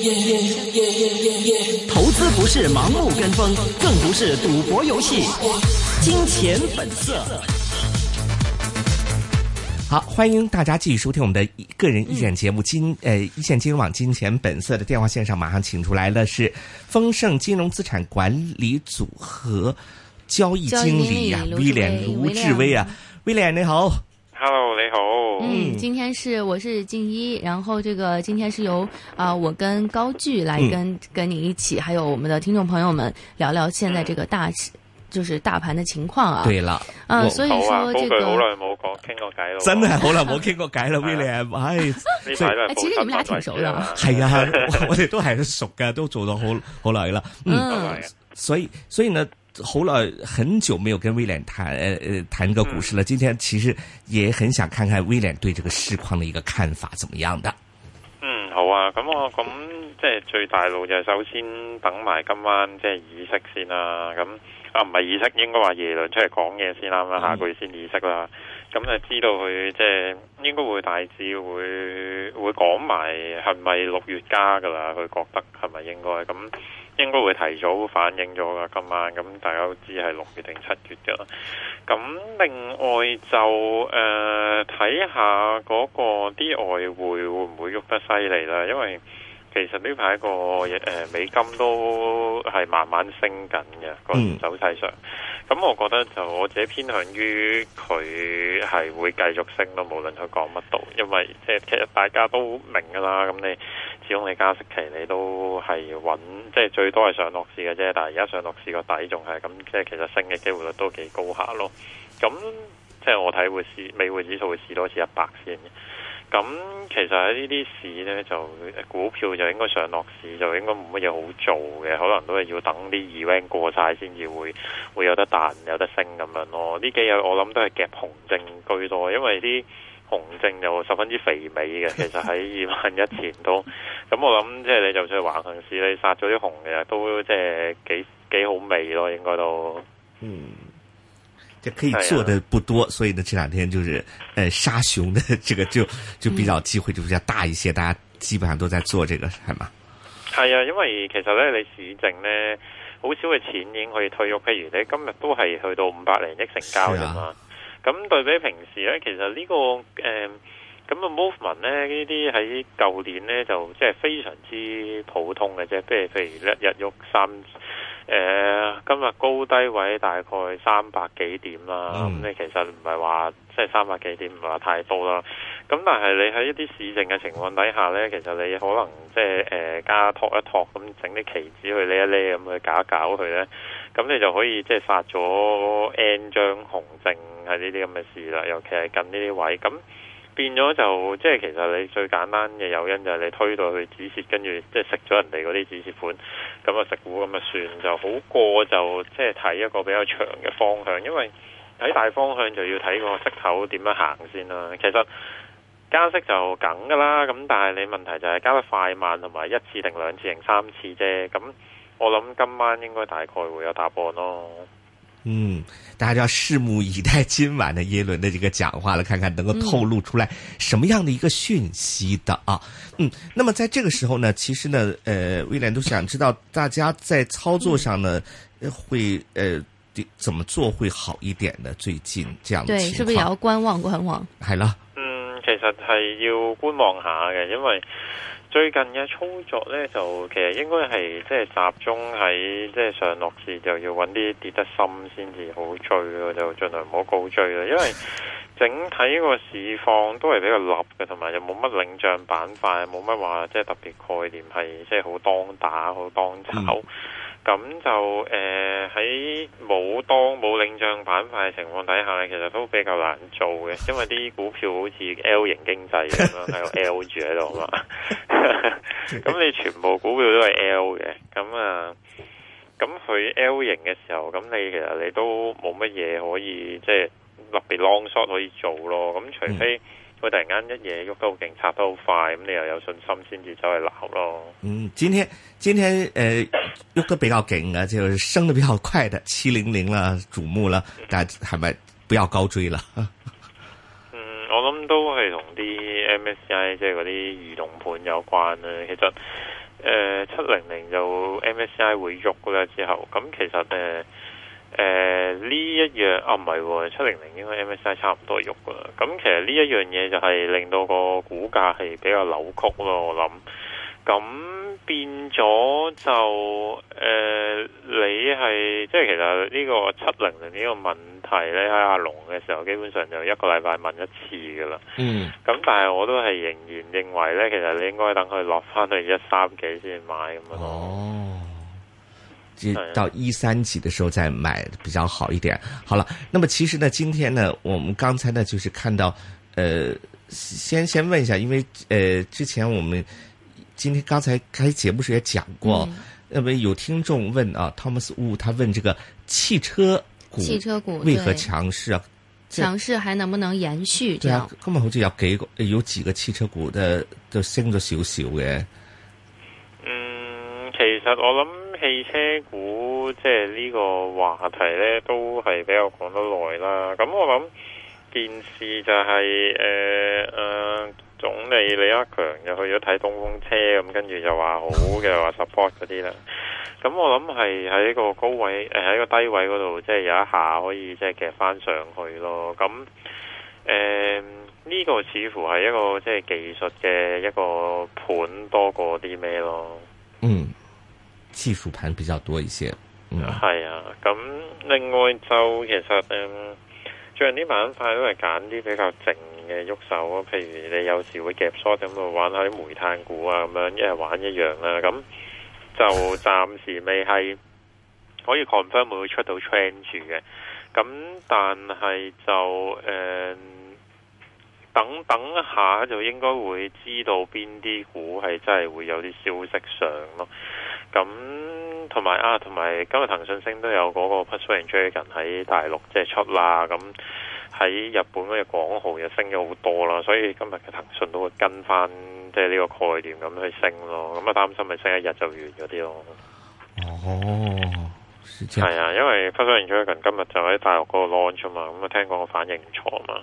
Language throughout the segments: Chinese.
投资不是盲目跟风，更不是赌博游戏。金钱本色。好，欢迎大家继续收听我们的个人意见节目一线金融网金钱本色的电话线上马上请出来的是丰盛金融资产管理组合交易经理啊，William卢志威啊，William你好。 Hello， 你好。 今天我是静一，然后今天是由我跟高炬来跟你一起，还有我们的听众朋友们聊聊现在这个就是大盤嘅情況啊。 對啦， 所以說這個好耐冇傾過偈咯。 真係好耐冇傾過偈啦 ，William。 其實你們倆挺熟的。 係啊，我哋都係熟㗎，都做咗好耐啦。所以呢，很久沒有跟 William 談這個股市了。今天其實也很想看看 William 對這個市況的一個看法怎麼樣的。 好啊，咁即係最大路就係首先等埋今晚即係議息先啦。咁唔係議息，應該話耶倫出嚟講嘢先啦。下個月先議息啦。咁就知道佢即係應該會大致會講埋係咪6月加噶啦？佢覺得係咪應該咁？應該會提早反映咗噶今晚。咁大家都知係6月定7月噶啦。咁另外就睇下嗰個啲外匯會唔會喐得犀利啦？因為其實呢排個美金都係慢慢升緊嘅個走勢上，咁我覺得就我自己偏向於佢係會繼續升咯，無論佢講乜都，因為即係其實大家都明㗎啦，咁你始終你加息期你都係穩，即係最多係上落市嘅啫，但係而家上落市個底仲係咁，即係其實升嘅機會率都幾高下咯。咁即係我睇會試美匯指數會試多次100先嘅。咁其實喺呢啲市呢，就股票就應該上落市，就應該冇乜嘢好做嘅，可能都係要等啲 event 過晒先至會有得彈有得升咁樣咯。呢幾日我諗都係夾紅證居多，因為啲紅證就十分之肥美嘅，其實喺21000前都。咁我諗即係你就算橫行市，你殺咗啲紅嘅都即係幾好味咯，應該都。 這可以做的不多，所以呢，這兩天就是殺熊的這個就比較機會就比較大一些，大家基本上都在做這個，係嘛？係啊，因為其實咧，你市淨咧好少嘅錢已經可以推喐，譬如你今日都係去到500零億成交啫嘛。咁對比平時咧，其實呢個咁嘅 movement 咧，呢啲喺舊年咧就即係非常之普通嘅啫，譬如一日喐今日高低位大概300幾點啦，咁你其實唔係話即係300幾點唔係話太多啦。咁但係你喺一啲市淨嘅情況底下呢，其實你可能即係加托一托咁整啲期指去呢一呢咁去搞一搞佢呢，咁你就可以即係殺咗 N 張紅證係呢啲咁嘅事啦。尤其係近呢啲位咁。變咗就即係其實你最簡單嘅誘因就係你推到去止蝕，跟住即係食咗人哋嗰啲止蝕款，咁啊食股咁啊算就好過就即係睇一個比較長嘅方向，因為睇大方向就要睇個息口點樣行先啦。其實加息就梗噶啦，咁但係你問題就係加得快慢同埋1次定2次定3次啫。咁我諗今晚應該大概會有答案咯。 大家就要拭目以待今晚的耶倫的這個講話了，看看能夠透露出來什麼樣的一個訊息的啊。那麼在這個時候呢，其實呢，William都想知道大家在操作上呢，會怎麼做會好一點呢？最近這樣的情況，對， 是不是也要觀望？ 係啦， 其實係要觀望下嘅，因為最近嘅操作呢，就其實應該係即係集中喺即係上落市，就要揾啲跌得深先至好追咯，就盡量唔好高追啦。因為整體個市況都係比較立嘅，同埋又冇乜領漲板塊，冇乜話即係特別概念係即係好當打、好當炒。咁就喺冇領漲板塊嘅情況底下，其實都比較難做嘅，因為啲股票好似 L 型經濟咁樣喺度 L 住喺度嘛。咁你全部股票都係 L 嘅，咁佢 L 型嘅時候，咁你其實你都冇乜嘢可以即係特別 long short 可以做咯。咁除非佢突然間一嘢喐得好勁，插得好快，咁你又有信心先至走去鬧咯。 今天喐得比較勁啊，就升得比較快的700啦，矚目啦，但係咪不要高追啦？ 我諗都係同啲 MSCI 即係嗰啲移動盤有關啦。其實 700就 MSCI 會喐啦之後，咁其實呢一樣唔係喎，700應該 MSCI 差唔多喐噶啦。咁其實呢一樣嘢就係令到個股價係比較扭曲咯，我諗。咁變咗就你係即係其實呢個700呢個問題咧，喺阿龍嘅時候，基本上就一個禮拜問一次噶啦。咁但係我都係仍然認為咧，其實你應該等佢落翻去130幾先買咁樣咯。 到130幾的時候再買比較好一點。好了，那麼其實呢，今天呢，我們剛才呢，就是看到，先問一下，因為之前我們今天剛才開節目時也講過，那麼有聽眾問啊，Thomas Wu 他問這個汽車股為何強勢啊？ 強勢還能不能延續？ 對啊，今日好似有幾個汽車股都升咗少少嘅。 其實我諗汽車股即係呢個話題咧，都係比較講得耐啦。咁我諗件事就係總理李克強又去咗睇東風車，咁跟住就話好嘅話 support 嗰啲啦。咁我諗係喺個高位喺個低位嗰度，即係有一下可以即係夾翻上去咯。咁呢個似乎係一個即係技術嘅一個盤多過啲咩咯。 技術盤比較多一些。 係啊。咁另外就其實最近啲板塊都係揀啲比較靜嘅喐手啊，譬如你有時會夾 short 咁去玩下啲煤炭股啊，咁樣一係玩一樣啦。咁就暫時未係可以 confirm 會出到 trend 住嘅。咁但係就等一下就應該會知道邊啲股係真係會有啲消息上咯。咁同埋今日騰訊升都有嗰個 Pursuit Dragon 喺大陸即係出啦。咁喺日本嗰隻廣號又升咗好多啦，所以今日嘅騰訊都會跟翻即係呢個概念咁去升咯。咁擔心咪升一日就完咗啲咯。係啊，因為 Pursuit Dragon 今日就喺大陸嗰個 launch 嘛，咁聽講個反應唔錯嘛。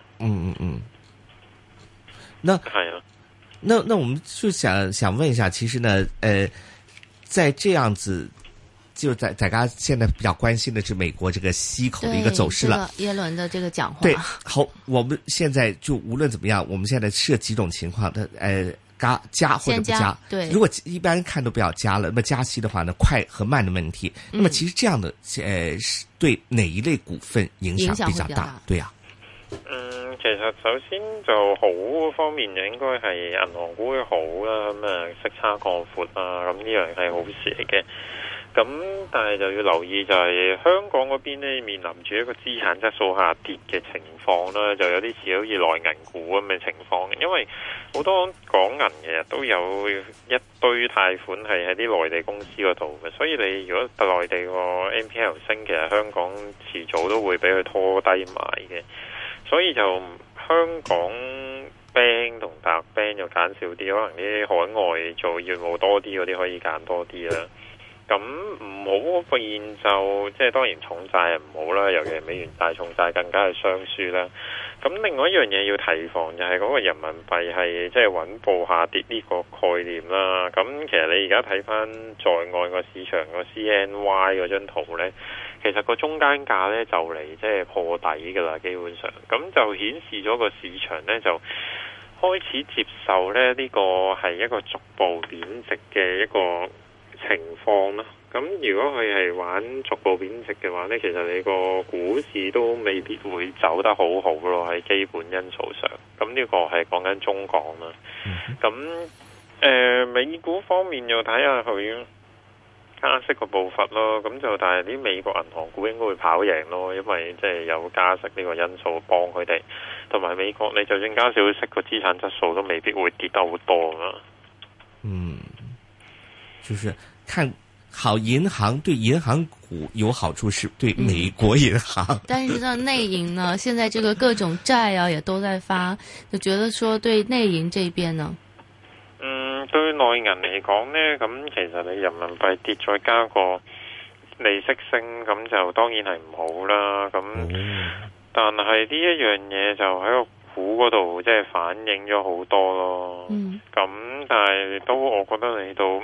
那係啊， 那我們就想問一下，其實呢，在這樣子，就大家現在比較關心的是美國這個息口的一個走勢了。 耶倫的這個講話。 對，好，我們現在就無論怎麼樣，我們現在設幾種情況的，加或者不加。 對， 如果一般看都不要加了，那麼加息的話呢，快和慢的問題。那麼其實這樣的，對哪一類股份影響比較大？對啊。 其實首先就好方面就應該係銀行股會好啦，咁息差擴闊啊，咁呢樣係好事嚟嘅。咁但係就要留意就係香港嗰邊呢，面臨住一個資產質素下跌嘅情況啦，就有啲似好似內銀股咁嘅情況。因為好多港銀其實都有一堆貸款係喺啲內地公司嗰度嘅，所以你如果內地個 NPL 升，其實香港遲早都會俾佢拖低埋嘅。所以就香港 bank 同大陸 bank 就揀少啲，可能啲海外做業務多啲嗰啲可以揀多啲啦。咁唔好嗰邊就即係當然重債係唔好啦，尤其係美元債重債更加係雙輸啦。咁另外一樣嘢要提防就係嗰個人民幣係即係穩步下跌呢個概念啦。咁其實你而家睇翻在岸個市場個 CNY 嗰張圖呢，其實個中間價呢就嚟即係破底噶啦，基本上咁就顯示咗個市場呢就開始接受呢呢個係一個逐步貶值嘅一個情況啦。咁如果佢係玩逐步貶值嘅話呢，其實你個股市都未必會走得好好咯，喺基本因素上。咁呢個係講緊中港啦。咁美股方面又睇下佢加息個步伐咯。咁就但係啲美國銀行股應該會跑贏咯，因為即係有加息呢個因素幫佢哋。同埋美國你就算加少息，個資產質素都未必會跌得好多啊。 就是看好銀行對銀行股有好處，是對美國銀行。 但是呢內銀呢，現在這個各種債啊也都在發，就覺得說對內銀這邊呢， 對內銀嚟講呢，咁其實你人民幣跌再加個利息升，咁就當然係唔好啦。咁但係呢一樣嘢就喺個股嗰度即係反映咗好多咯。咁但係都我覺得你到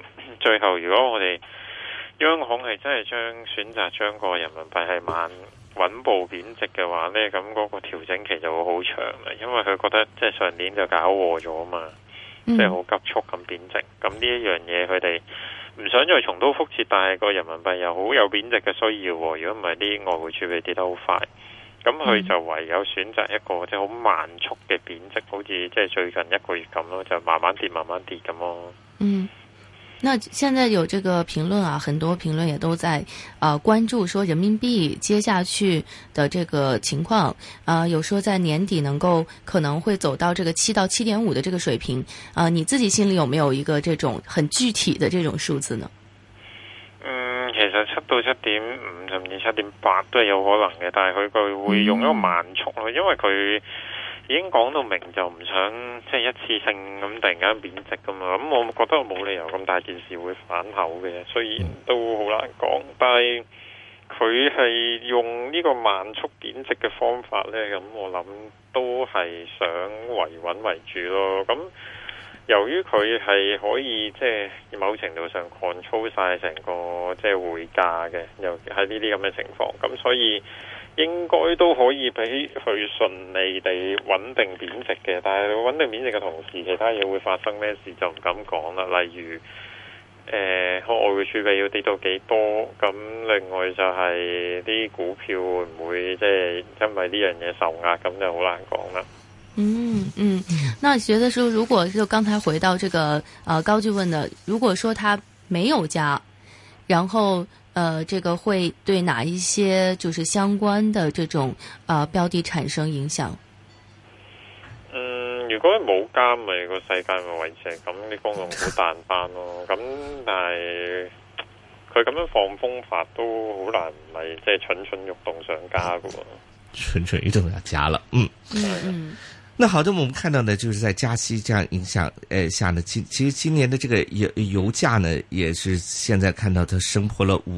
最後如果我哋央行係真係選擇將個人民幣係穩步貶值嘅話呢，咁嗰個調整期就會好長啦，因為佢覺得即係上年就搞禍咗嘛，即係好急速咁貶值，咁呢一樣嘢佢哋唔想再重蹈覆轍，但係個人民幣又好有貶值嘅需要，如果唔係啲外匯儲備跌得好快，咁佢就唯有選擇一個即係好慢速嘅貶值，好似即係最近一個月咁咯，就慢慢跌咁咯。 嗯。那現在有這個評論啊，很多評論也都在關注說人民幣接下去的這個情況有說在年底可能會走到這個7到7.5的這個水平你自己心裏有沒有一個這種很具體的這種數字呢？ 其實7到7.5甚至7.8都係有可能嘅，但係佢會用一個慢速咯，因為佢已經講到明就唔想即係一次性咁突然間貶值噶嘛，咁我覺得冇理由咁大件事會反口嘅，雖然都好難講，但係佢係用呢個慢速貶值嘅方法呢，咁我諗都係想維穩為主咯。咁由於佢係可以即係某程度上 control 晒成個即係匯價嘅，尤其喺呢啲咁嘅情況，咁所以應該都可以俾佢順利地穩定貶值嘅，但係穩定貶值嘅同時，其他嘢會發生咩事就唔敢講啦。例如，外匯儲備要跌到幾多？咁另外就係啲股票會唔會即係因為呢樣嘢受壓？咁就好難講啦。 那覺得說，如果就剛才回到這個高巨問的，如果說它沒有加，然後這個會對哪一些就是相關的這種標的產生影響？ 如果冇加咪個世界咪維持咁，啲公用股彈翻咯。咁但係佢咁樣放風法都好難，唔係即係蠢蠢欲動想加噶。 蠢蠢欲動要加了，那好的，我們看到呢，就是在加息這樣影響下呢，其實今年的這個油價呢，也是現在看到它升破了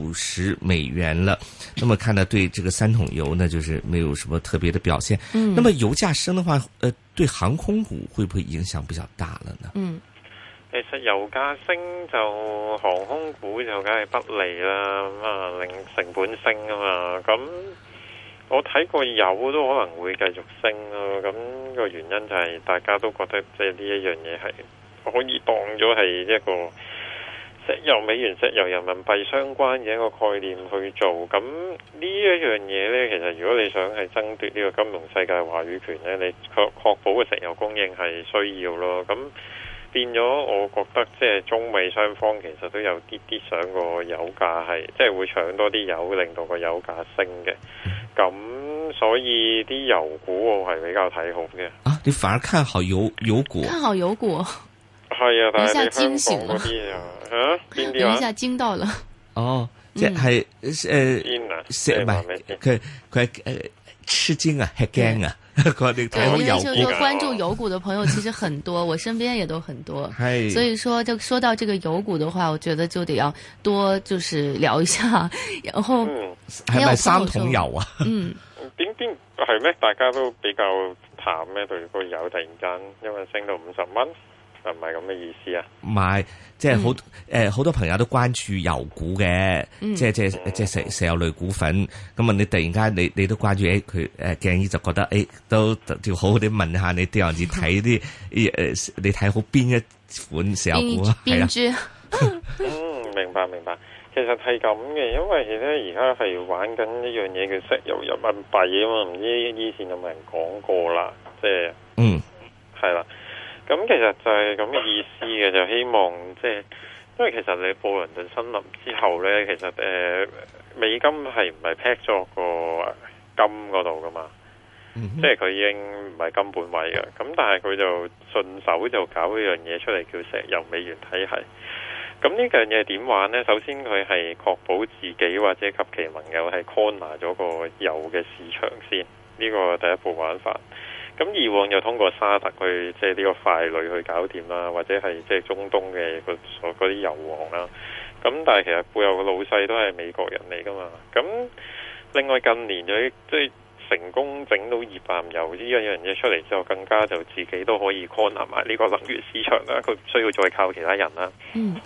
$50了。那麼看到對這個3桶油呢，就是沒有什麼特別的表現。那麼油價升的話，對航空股會不會影響比較大了呢？ 其實油價升就航空股就梗係不利啦，咁啊令成本升啊嘛，咁。我睇過油都可能會繼續升咯，咁個原因就係大家都覺得即係呢一樣嘢係可以當咗係一個石油、美元、石油、人民幣相關嘅一個概念去做。咁呢一樣嘢呢，其實如果你想係爭奪呢個金融世界話語權呢，你確保嘅石油供應係需要咯。咁變咗，我覺得即係中美雙方其實都有啲想個油價係即係會搶多啲油，令到個油價升嘅。咁所以啲油股我係比較睇好嘅。啊， 你反而看好油股？ 看好油股？ 係啊，但係你香港嗰啲邊啲啊？ 一下驚到了。 哦，即係唔係佢吃驚啊，吃驚啊！ 對，因為就是說關注油股的朋友其實很多，我身邊也都很多。所以說就說到這個油股的話，我覺得就得要多就是聊一下。然後係咪3桶油啊？ 邊係咩？大家都比較淡咩？對個油突然間因為升到50蚊。係咪咁嘅意思啊？ 唔係，即係好多朋友都關注油股嘅，即係石油類股份。咁啊，你突然間你都關注，佢鏡姨就覺得都要好好地問下你啲人子睇啲你睇好邊一款石油股啊？ 邊支？ 明白。其實係咁嘅，因為咧而家係玩緊一樣嘢叫石油人民幣啊嘛，唔知以前有冇人講過啦，即係係啦。咁其實就係咁嘅意思嘅，就希望即係，因為其實你布倫頓森林之後咧，其實美金係唔係 peg 咗個金嗰度噶嘛？即係佢已經唔係金本位嘅，咁但係佢就順手就搞一樣嘢出嚟叫石油美元體系。咁呢樣嘢點玩呢？首先佢係確保自己或者及其盟友係 corner 咗個油嘅市場先，呢個第一步玩法。咁以往就通過沙特去即係呢個傀儡去搞掂啦，或者係即係中東嘅嗰啲油王啦。咁但係其實背後嘅老細都係美國人嚟噶嘛。咁另外近年就即係成功整到頁岩油呢一樣嘢出嚟之後，更加就自己都可以 corner 埋呢個能源市場啦。佢唔需要再靠其他人啦。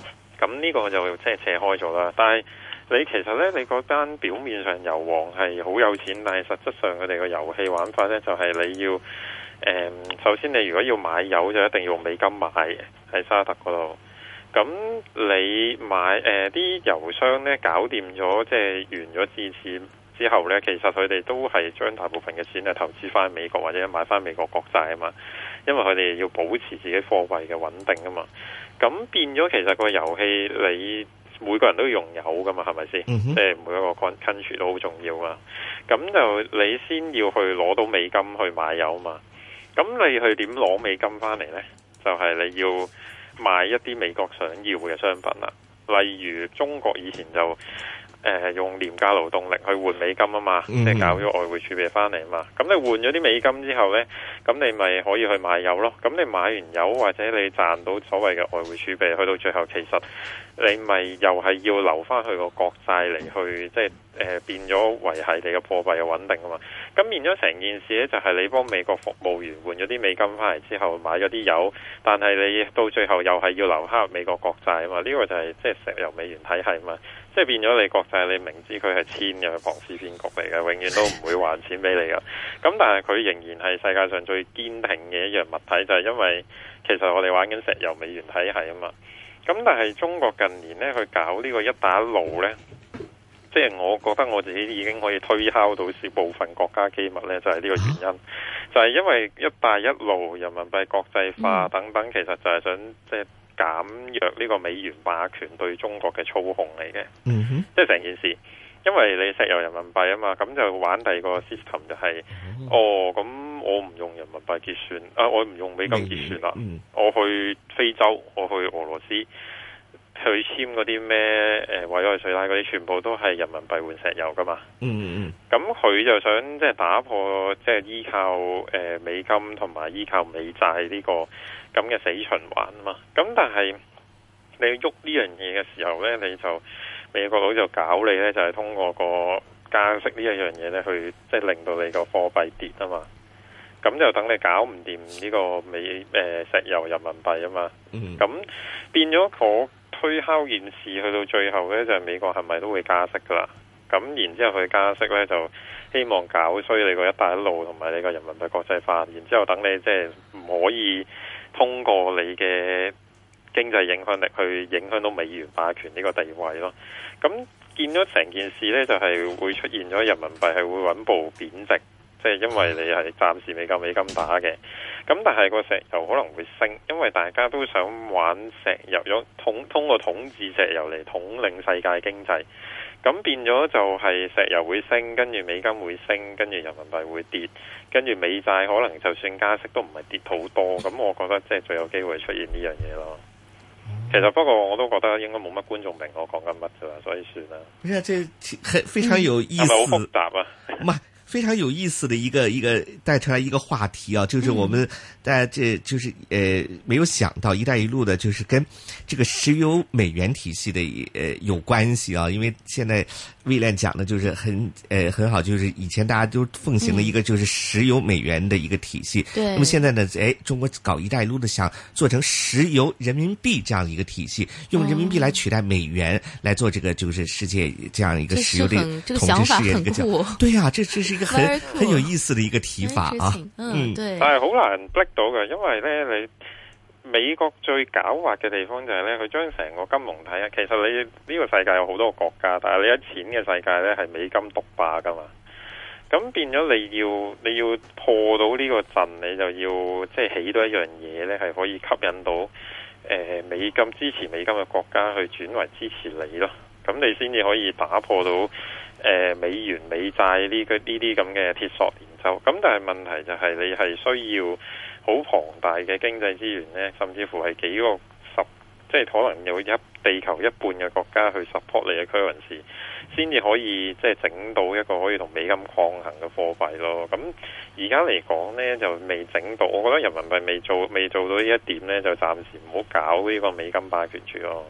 咁呢個就即係扯開咗啦。但係你其實呢，你嗰單表面上油王係好有錢，但係實質上佢哋個遊戲玩法呢，就係你要首先你如果要買油就一定要用美金買嘅，喺沙特嗰度。咁你買啲油商呢，搞掂咗，即係完咗支持之後呢，其實佢哋都係將大部分嘅錢係投資翻美國或者買翻美國國債啊嘛，因為佢哋要保持自己貨幣嘅穩定啊嘛。咁變咗其實個遊戲你每個人都要用油噶嘛，係咪先？即係每一個 country 都好重要啊。咁就你先要去攞到美金去買油嘛。咁你去點攞美金翻嚟呢？就係你要買一啲美國想要嘅商品啦。例如中國以前就用廉價勞動力去換美金啊嘛，即係搞咗外匯儲備翻嚟啊嘛。咁你換咗啲美金之後呢，咁你咪可以去買油咯。咁你買完油或者你賺到所謂嘅外匯儲備，去到最後其實你咪又係要留翻去個國債嚟去，即係變咗維繫你嘅貨幣嘅穩定啊嘛。咁變咗成件事呢，就係你幫美國服務員換咗啲美金翻嚟之後買咗啲油，但係你到最後又係要留翻美國國債啊嘛。呢個就係即係石油美元體系啊嘛。即係變咗你國債，你明知佢係千嘅龐氏騙局嚟嘅，永遠都唔會還錢俾你噶。咁但係佢仍然係世界上最堅挺嘅一樣物體，就係因為其實我哋玩緊石油美元體系啊嘛。咁但係中國近年呢，去搞呢個一帶一路呢，即係我覺得我自己已經可以推敲到少部分國家機密呢，就係呢個原因，就係因為一帶一路、人民幣國際化等等，其實就係想即係減弱呢個美元霸權對中國嘅操控嚟嘅，即係成件事，因為你石油人民幣啊嘛，咁就玩第二個 system 就係，咁我唔用人民幣結算，我唔用美金結算啦，我去非洲，我去俄羅斯，去簽嗰啲咩委內瑞拉嗰啲，全部都係人民幣換石油噶嘛，咁佢就想即係打破即係依靠美金同埋依靠美債呢個咁嘅死循環啊嘛。咁但係你喐呢樣嘢嘅時候呢，你就美國佬就搞你呢，就係通過個加息呢一樣嘢呢，去即係令到你個貨幣跌啊嘛。咁就等你搞唔掂呢個石油人民幣啊嘛。咁變咗我推敲件事去到最後呢，就係美國係咪都會加息噶啦？咁然之後佢加息呢，就希望搞衰你個一帶一路同埋你個人民幣國際化，然之後等你即係唔可以通過你嘅經濟影響力去影響到美元霸權呢個地位咯。咁見咗成件事呢，就係會出現咗人民幣係會穩步貶值，即係因為你係暫時未夠美金打嘅。咁但係個石油可能會升，因為大家都想玩石油，通過統治石油嚟統領世界經濟。咁變咗就係石油會升，跟住美金會升，跟住人民幣會跌，跟住美債可能就算加息都唔係跌好多。咁我覺得即係最有機會出現呢樣嘢咯。其實不過我都覺得應該冇乜觀眾明我講緊乜噶啦，所以算啦。 不是，這非常有意思， 係咪好複雜啊？ 唔係。非常有意思的一個帶出來一個話題啊，就是我們大家這就是沒有想到一帶一路的，就是跟這個石油美元體系的有關係啊，因為現在William講的就是很好，就是以前大家都奉行的一個就是石油美元的一個體系，對。那麼現在呢，中國搞一帶一路的想做成石油人民幣這樣一個體系，用人民幣來取代美元來做這個就是世界這樣一個石油的統治事業一個講，對啊，這是一個很有意思的一個提法啊， 對，但係好難逼到嘅，因為呢，你美國最狡猾嘅地方就係呢，佢將成個金融體系，其實你呢個世界有好多個國家，但係你一錢嘅世界呢，係美金獨霸噶嘛，咁變咗你要破到呢個陣，你就要即係起到一樣嘢呢，係可以吸引到美金支持美金嘅國家去轉為支持你咯，咁你先至可以打破到美元美債呢啲咁嘅鐵索連舟。咁但係問題就係你係需要好龐大嘅經濟資源呢，甚至乎係幾個即係可能有地球一半嘅國家去 support 你嘅 currency，先至可以即係整到一個可以同美金抗衡嘅貨幣咯。咁而家嚟講呢，就未整到，我覺得人民幣未做到呢一點呢，就暫時唔好搞呢個美金霸權住咯。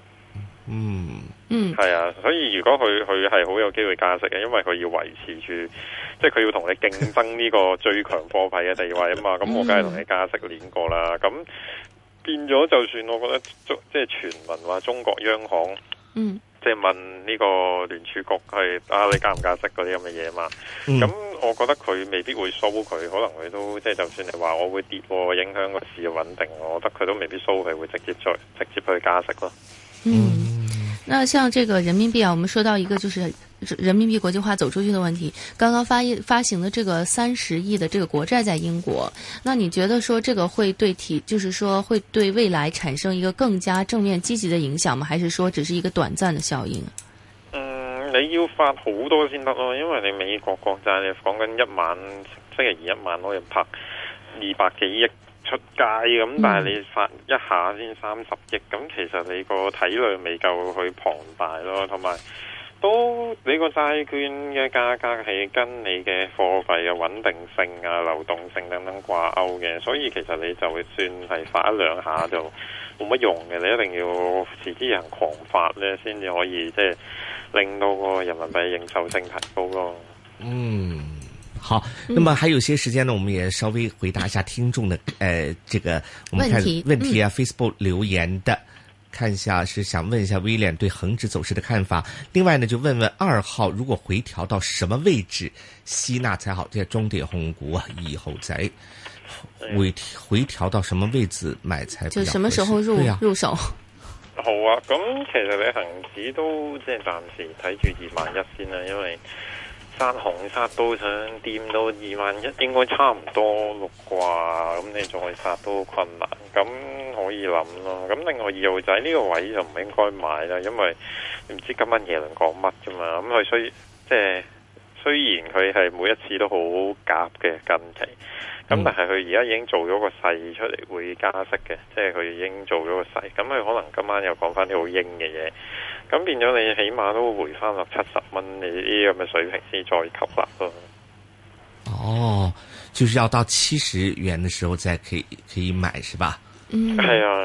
係啊，所以如果佢係好有機會加息嘅，因為佢要維持住，即係佢要同你競爭呢個最強貨幣嘅地位啊嘛。咁我梗係同你加息練過啦。咁變咗，就算我覺得即係傳聞話中國央行，即係問呢個聯儲局係你加唔加息嗰啲咁嘅嘢嘛。咁我覺得佢未必會蘇佢，可能佢都即係就算你話我會跌，影響個市嘅穩定，我覺得佢都未必蘇佢，會直接去加息咯。 那像這個人民幣啊，我們說到一個就是人民幣國際化走出去的問題，剛剛發行的這個30億的這個國債在英國，那你覺得說這個會對就是說會對未來產生一個更加正面積極的影響嗎？還是說只是一個短暫的效應？ 你要發好多先得咯，因為你美國國債你講緊一晚星期二一晚可以拍200幾億出街咁，但係你發一下先30億，咁其實你個體量未夠去龐大咯，同埋都你個債券嘅價格係跟你嘅貨幣嘅穩定性啊、流動性等等掛鈎嘅，所以其實你就會算係發一兩下就冇乜用嘅，你一定要持之以恆狂發咧，先至可以即係令到個人民幣認受性提高咯。 好，那麼還有些時間呢，我們也稍微回答一下聽眾的這個我們看問題啊，Facebook 留言的，看一下是想問一下 William 對恒指走勢的看法。另外呢，就問問2號如果回調到什麼位置吸納才好？即係中電控股啊，以後再回調到什麼位置買才比較合適？ 就什麼時候入手？ 好啊，咁其實你恒指都即係暫時睇住21,000先啦，因為殺紅殺到想掂到21,000應該差唔多六啩，咁你再殺都困難，咁可以諗咯。咁另外2號仔呢個位就唔應該買啦，因為你唔知今晚耶倫講乜啫嘛。咁佢雖然佢係每一次都好夾嘅近期，咁但係佢而家已經做咗個勢出嚟會加息嘅，即係佢已經做咗個勢，咁佢可能今晚又講翻啲好鷹嘅嘢，咁變咗你起碼都回翻落70蚊你呢咁嘅水平先再吸納咯。 哦，就是要到70元的時候再可以買是吧？ 係啊。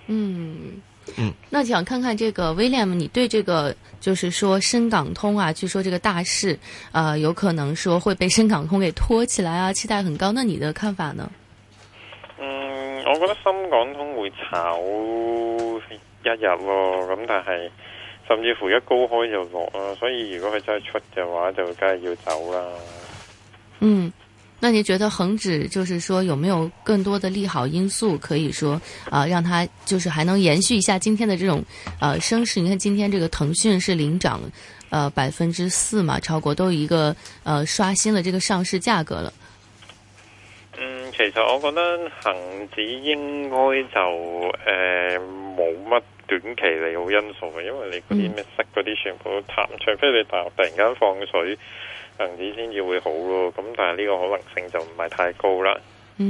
那想看看這個 William， 你對這個就是說深港通啊，據說這個大勢有可能說會被深港通給拖起來啊，期待很高。那你的看法呢？ 我覺得深港通會炒一日咯，咁但係甚至乎一高開就落啦，所以如果佢真係出嘅話，就梗係要走啦。 那你覺得恒指就是說有沒有更多的利好因素可以說讓它就是還能延續一下今天的這種升勢？你看今天這個騰訊是領漲4%嘛，超過都一個刷新了這個上市價格了。 其實我覺得恒指應該就冇乜短期利好因素嘅，因為你嗰啲咩息嗰啲全部都淡，除非你大陸突然間放水，恒指先至會好咯，咁但係呢個可能性就唔係太高啦。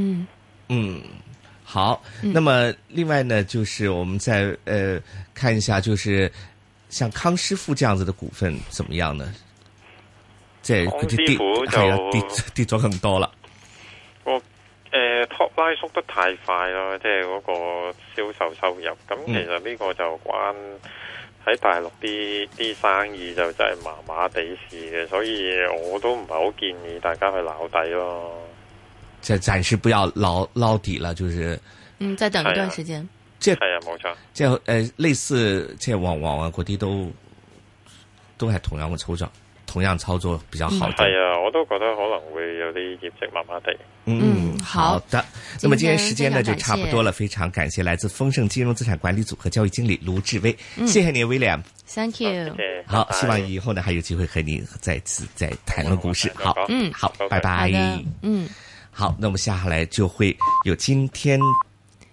好，那麼另外呢，就是我們再看一下，就是像康師傅這樣子的股份怎麼樣呢？即係康師傅就跌咗更多啦。 top line 縮得太快啦，即係嗰個銷售收入，咁其實呢個就關喺大陸啲生意就真係麻麻地事嘅，所以我都唔係好建議大家去撈底咯。 即係暫時不要撈底啦，就是再等一段時間。 即係啊，冇錯。 即係類似即係旺旺啊嗰啲都係同樣操作比較好。 係啊，我都覺得可能會有啲業績麻麻地。 好的。那麼今天時間呢就差不多了，非常感謝來自豐盛金融資產管理組合交易經理盧志威，謝謝你 William。 Thank you。 好，希望以後呢還有機會和你再談論股市。好，好，拜拜。好，那麼下來就會有今天